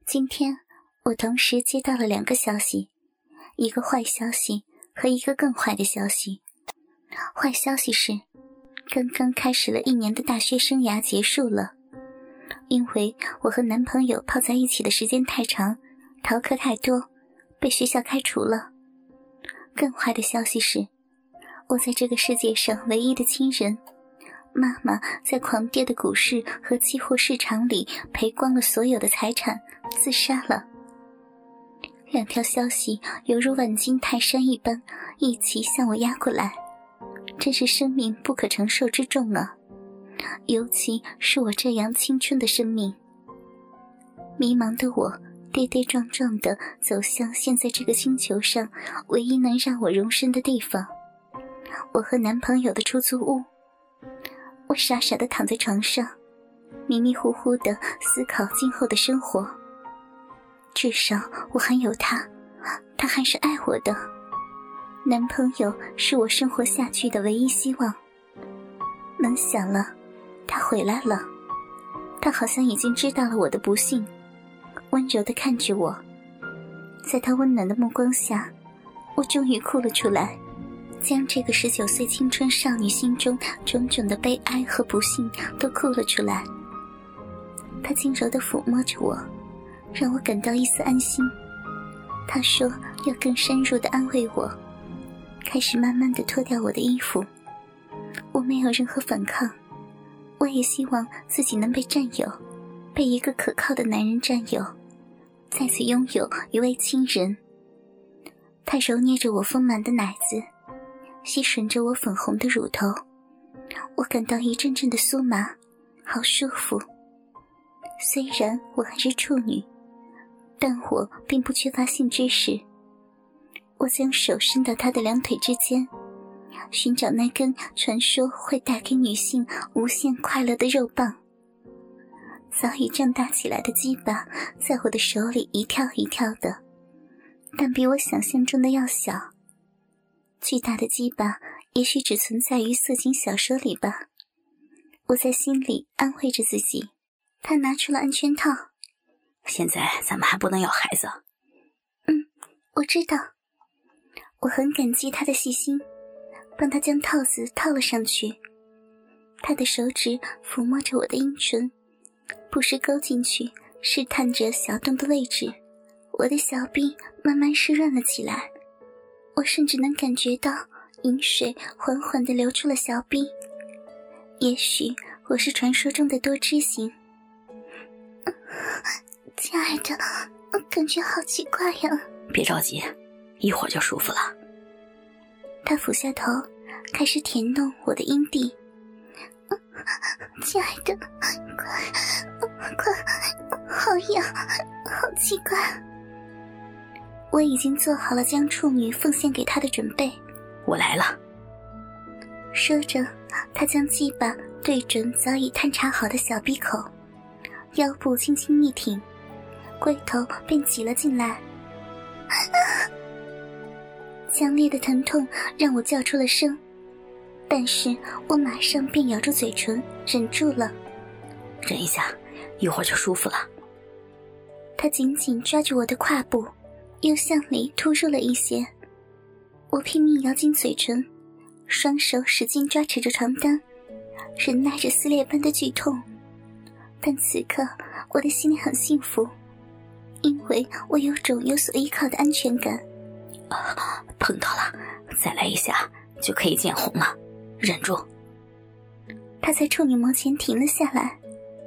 今天我同时接到了2个消息，一个坏消息和一个更坏的消息。坏消息是，刚刚开始了1年的大学生涯结束了，因为我和男朋友泡在一起的时间太长，逃课太多，被学校开除了。更坏的消息是，我在这个世界上唯一的亲人妈妈在狂跌的股市和期货市场里赔光了所有的财产，自杀了。2条消息犹如万斤泰山一般一起向我压过来，真是生命不可承受之重啊，尤其是我这样青春的生命。迷茫的我跌跌撞撞地走向现在这个星球上唯一能让我容身的地方，我和男朋友的出租屋。我傻傻地躺在床上，迷迷糊糊地思考今后的生活。至少我还有他，他还是爱我的。男朋友是我生活下去的唯一希望。门响了，他回来了。他好像已经知道了我的不幸，温柔地看着我。在他温暖的目光下，我终于哭了出来，将这个19岁青春少女心中种种的悲哀和不幸都哭了出来。他轻柔地抚摸着我，让我感到一丝安心。他说要更深入地安慰我，开始慢慢地脱掉我的衣服。我没有任何反抗，我也希望自己能被占有，被一个可靠的男人占有，再次拥有一位亲人。他揉捏着我丰满的奶子，吸吮着我粉红的乳头，我感到一阵阵的酥麻，好舒服。虽然我还是处女，但我并不缺乏性知识。我将手伸到他的2腿之间，寻找那根传说会带给女性无限快乐的肉棒。早已胀大起来的鸡巴在我的手里一跳一跳的，但比我想象中的要小。巨大的鸡巴也许只存在于色情小说里吧，我在心里安慰着自己。他拿出了安全套。 现在咱们还不能要孩子。 我知道。我很感激他的细心，帮他将套子套了上去。他的手指抚摸着我的阴唇，不时勾进去，试探着小洞的位置。我的小臂慢慢湿润了起来，我甚至能感觉到饮水缓缓地流出了小臂。也许我是传说中的多汁型。亲爱的，感觉好奇怪呀。 别着急，一会儿就舒服了。 他俯下头，开始舔弄我的阴蒂。亲爱的，快，好痒，好奇怪。我已经做好了将处女奉献给他的准备。 我来了。 说着，他将鸡巴对准早已探查好的小闭口，腰部轻轻一挺，龟头便挤了进来。强烈的疼痛让我叫出了声，但是我马上便咬住嘴唇，忍住了。 忍一下，一会儿就舒服了。 他紧紧抓住我的胯部，又向里突入了一些。我拼命咬紧嘴唇，双手使劲抓持着床单，忍耐着撕裂般的剧痛。但此刻我的心里很幸福，因为我有种有所依靠的安全感。 碰到了，再来一下就可以见红了，忍住。 他在处女膜前停了下来。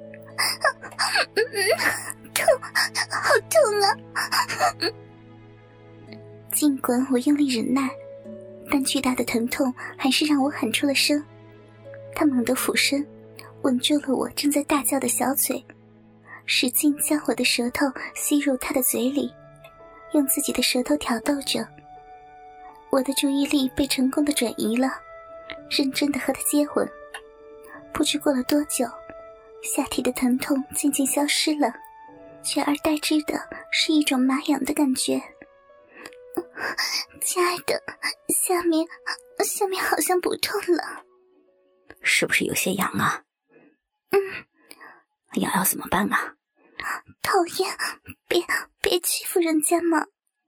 痛，好痛啊！尽管我用力忍耐，但巨大的疼痛还是让我喊出了声。他猛地俯身，吻住了我正在大叫的小嘴，使劲将我的舌头吸入他的嘴里，用自己的舌头挑逗着。我的注意力被成功地转移了，认真地和他接吻。不知过了多久，下体的疼痛渐渐消失了，取而代之的是一种麻痒的感觉。亲爱的，下面好像不痛了。 是不是有些痒啊？痒要怎么办啊？ 讨厌，别欺负人家嘛。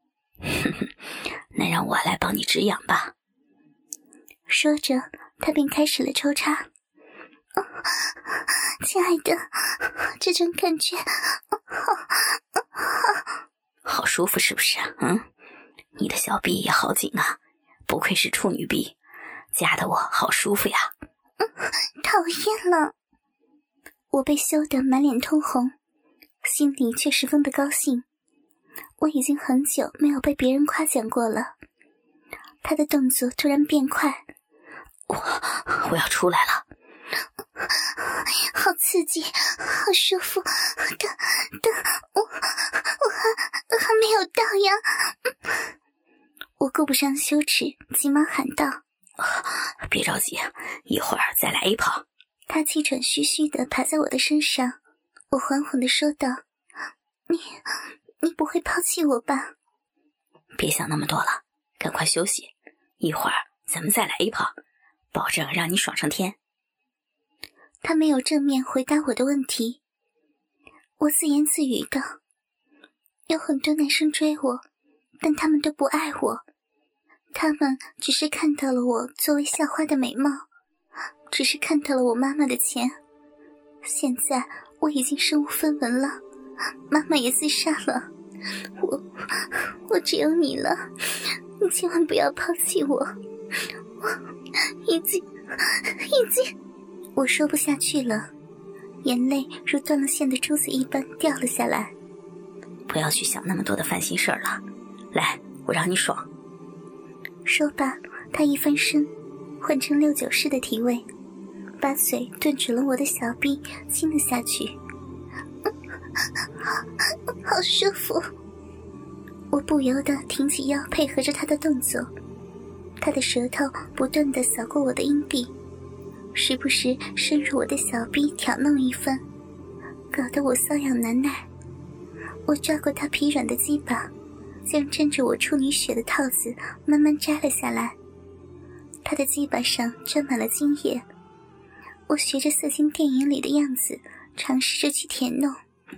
那让我来帮你止痒吧。 说着，他便开始了抽插。亲爱的，这种感觉好舒服是不是？你的小臂也好紧啊，不愧是处女臂，夹得我好舒服呀。 讨厌了。我被羞得满脸通红，心里却十分的高兴。我已经很久没有被别人夸奖过了。他的动作突然变快， 我要出来了。 好刺激，好舒服，我还没有到呀。我顾不上羞耻，急忙喊道： 别着急，一会儿再来一炮。 他气喘吁吁地爬在我的身上，我缓缓地说道：你不会抛弃我吧？ 别想那么多了，赶快休息，一会儿咱们再来一炮，保证让你爽上天。 他没有正面回答我的问题。我自言自语道：有很多男生追我，但他们都不爱我，他们只是看到了我作为校花的美貌，只是看到了我妈妈的钱。现在我已经身无分文了，妈妈也自杀了，我只有你了，你千万不要抛弃我，我已经……我说不下去了，眼泪如断了线的珠子一般掉了下来。 不要去想那么多的烦心事儿了，来，我让你爽。 说罢，他一翻身，换成6-9式的体位，把嘴对准了我的小臂，亲了下去。好舒服。我不由得挺起腰，配合着他的动作。他的舌头不断地扫过我的阴蒂，时不时深入我的小臂挑弄一番，搞得我瘙痒难耐。我抓过他疲软的鸡巴，将沾着我处女血的套子慢慢摘了下来。他的鸡巴上沾满了精液，我学着色情电影里的样子，尝试着去舔弄。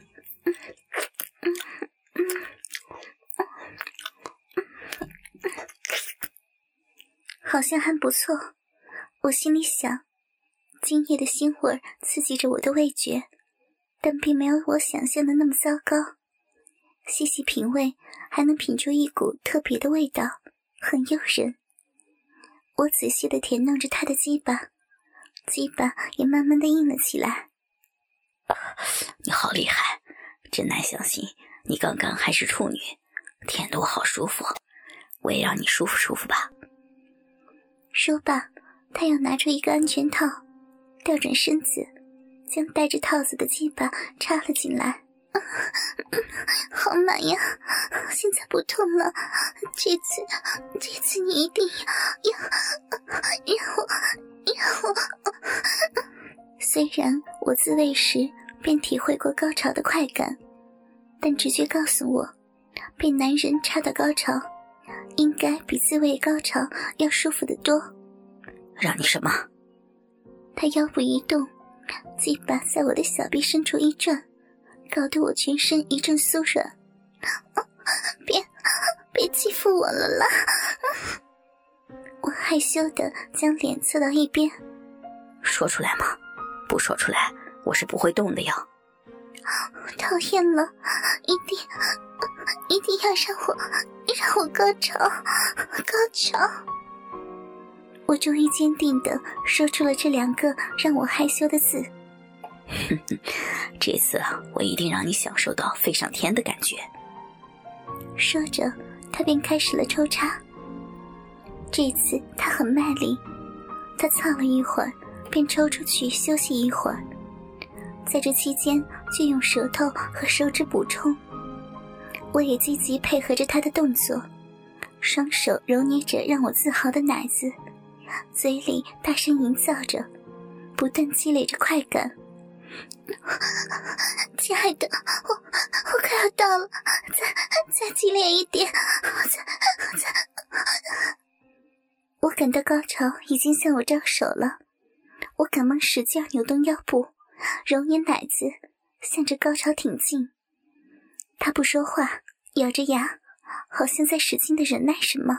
好像还不错，我心里想。精液的腥味刺激着我的味觉，但并没有我想象的那么糟糕。细细品味，还能品出一股特别的味道，很诱人。我仔细地舔弄着他的鸡巴，鸡巴也慢慢地硬了起来。 你好厉害，真难相信你刚刚还是处女，舔得我好舒服，我也让你舒服舒服吧。 说罢，他又拿出一个安全套，调转身子，将带着套子的鸡巴插了进来。好满呀，现在不痛了，这次你一定要让我。虽然我自慰时便体会过高潮的快感，但直觉告诉我，被男人插到高潮应该比自慰高潮要舒服得多。 让你什么？ 他腰部一动，鸡巴在我的小臂深处一转，搞得我全身一阵酥软。别欺负我了啦！我害羞地将脸侧到一边。 说出来嘛，不说出来我是不会动的哟。 讨厌了，一定要让我高潮。我终于坚定地说出了这2个让我害羞的字。 这次我一定让你享受到飞上天的感觉。 说着，他便开始了抽插。这次他很卖力，他操了一会儿，便抽出去休息一会儿，在这期间就用舌头和手指补充。我也积极配合着他的动作，双手揉捏着让我自豪的奶子，嘴里大声吟造着，不断积累着快感。亲爱的，我快要到了，再激烈一点，我感到高潮已经向我招手了，我赶忙使劲扭动腰部，揉捏奶子， 向着高潮挺进。他不说话，咬着牙，好像在使劲地忍耐什么。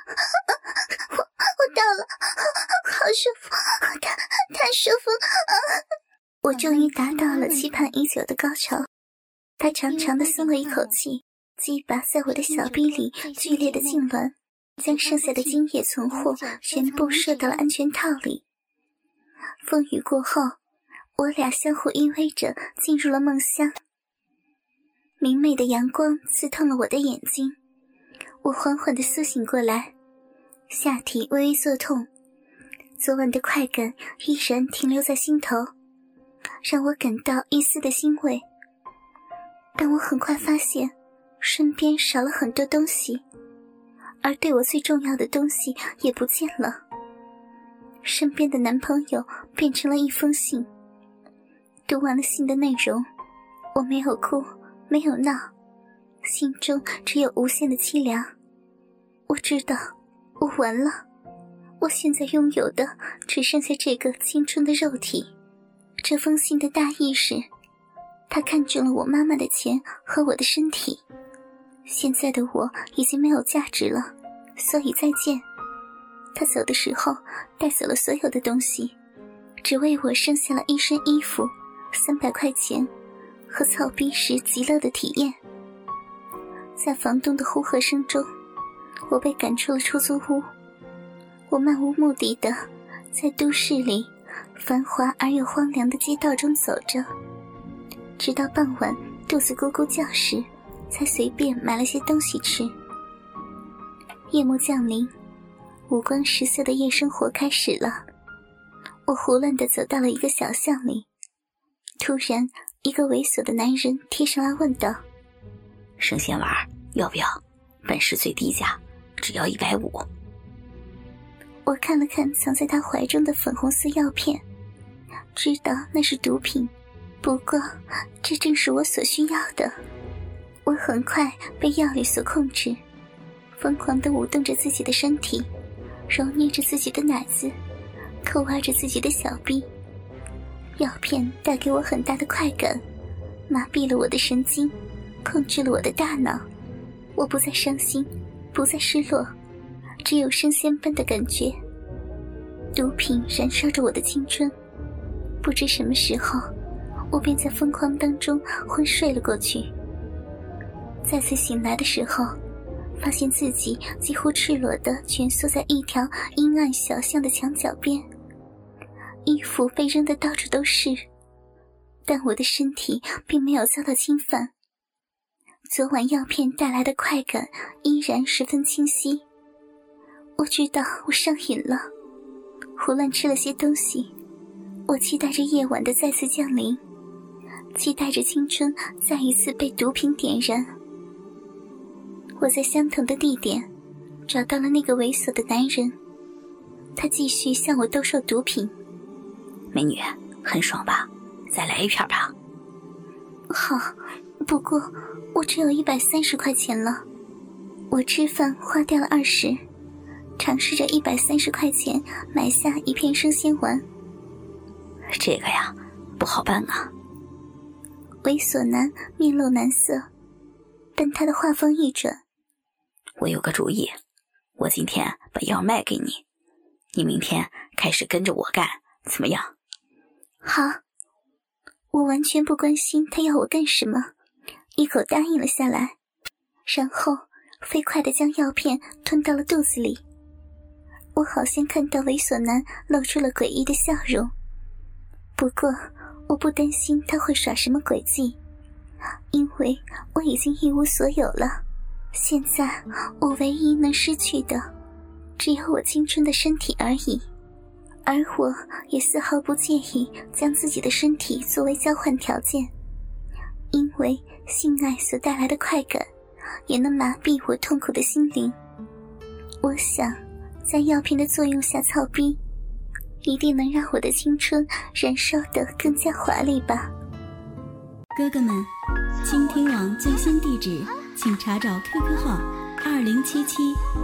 我到了，好舒服，太舒服了。我终于达到了期盼已久的高潮。他长长地松了一口气，鸡巴在我的小臂里剧烈的痉挛，将剩下的精液存货全部射到了安全套里。风雨过后，我俩相互依偎着进入了梦乡。明媚的阳光刺痛了我的眼睛，我缓缓地苏醒过来，下体微微作痛，昨晚的快感依然停留在心头，让我感到一丝的欣慰。但我很快发现身边少了很多东西，而对我最重要的东西也不见了。身边的男朋友变成了一封信。读完了信的内容，我没有哭，没有闹，心中只有无限的凄凉。我知道我完了，我现在拥有的只剩下这个青春的肉体。这封信的大意是，他看中了我妈妈的钱和我的身体，现在的我已经没有价值了，所以再见。他走的时候带走了所有的东西，只为我剩下了一身衣服、300块钱和操逼时极乐的体验。在房东的呼喝声中，我被赶出了出租屋。我漫无目的地在都市里繁华而又荒凉的街道中走着，直到傍晚肚子咕咕叫时，才随便买了些东西吃。夜幕降临，五光十色的夜生活开始了。我胡乱地走到了一个小巷里，突然一个猥琐的男人贴上来问道： 生鲜丸要不要？本市最低价，只要150。 我看了看藏在他怀中的粉红色药片，知道那是毒品，不过这正是我所需要的。我很快被药力所控制，疯狂地舞动着自己的身体，揉捏着自己的奶子，抠挖着自己的小臂。药片带给我很大的快感，麻痹了我的神经，控制了我的大脑。我不再伤心，不再失落，只有升仙般的感觉。毒品燃烧着我的青春，不知什么时候，我便在疯狂当中昏睡了过去。再次醒来的时候，发现自己几乎赤裸地蜷缩在一条阴暗小巷的墙角边，衣服被扔得到处都是，但我的身体并没有遭到侵犯。昨晚药片带来的快感依然十分清晰。我知道我上瘾了，胡乱吃了些东西。我期待着夜晚的再次降临，期待着青春再一次被毒品点燃。我在相同的地点找到了那个猥琐的男人，他继续向我兜售毒品。 美女，很爽吧？再来一片吧。 好，不过我只有130块钱了。我吃饭花掉了20，尝试着130块钱买下一片生鲜丸。 这个呀，不好办啊。 猥琐男面露难色，但他的话锋一转： 我有个主意，我今天把药卖给你，你明天开始跟着我干，怎么样？ 好。我完全不关心他要我干什么，一口答应了下来，然后飞快地将药片吞到了肚子里。我好像看到猥琐男露出了诡异的笑容，不过我不担心他会耍什么诡计，因为我已经一无所有了。现在我唯一能失去的只有我青春的身体而已，而我也丝毫不介意将自己的身体作为交换条件，因为性爱所带来的快感也能麻痹我痛苦的心灵。我想在药片的作用下操逼，一定能让我的青春燃烧得更加华丽吧。 哥哥们，倾听网最新地址请查找 QQ 号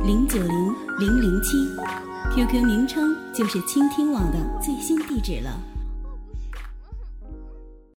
2077090007，QQ 名称就是倾听网的最新地址了。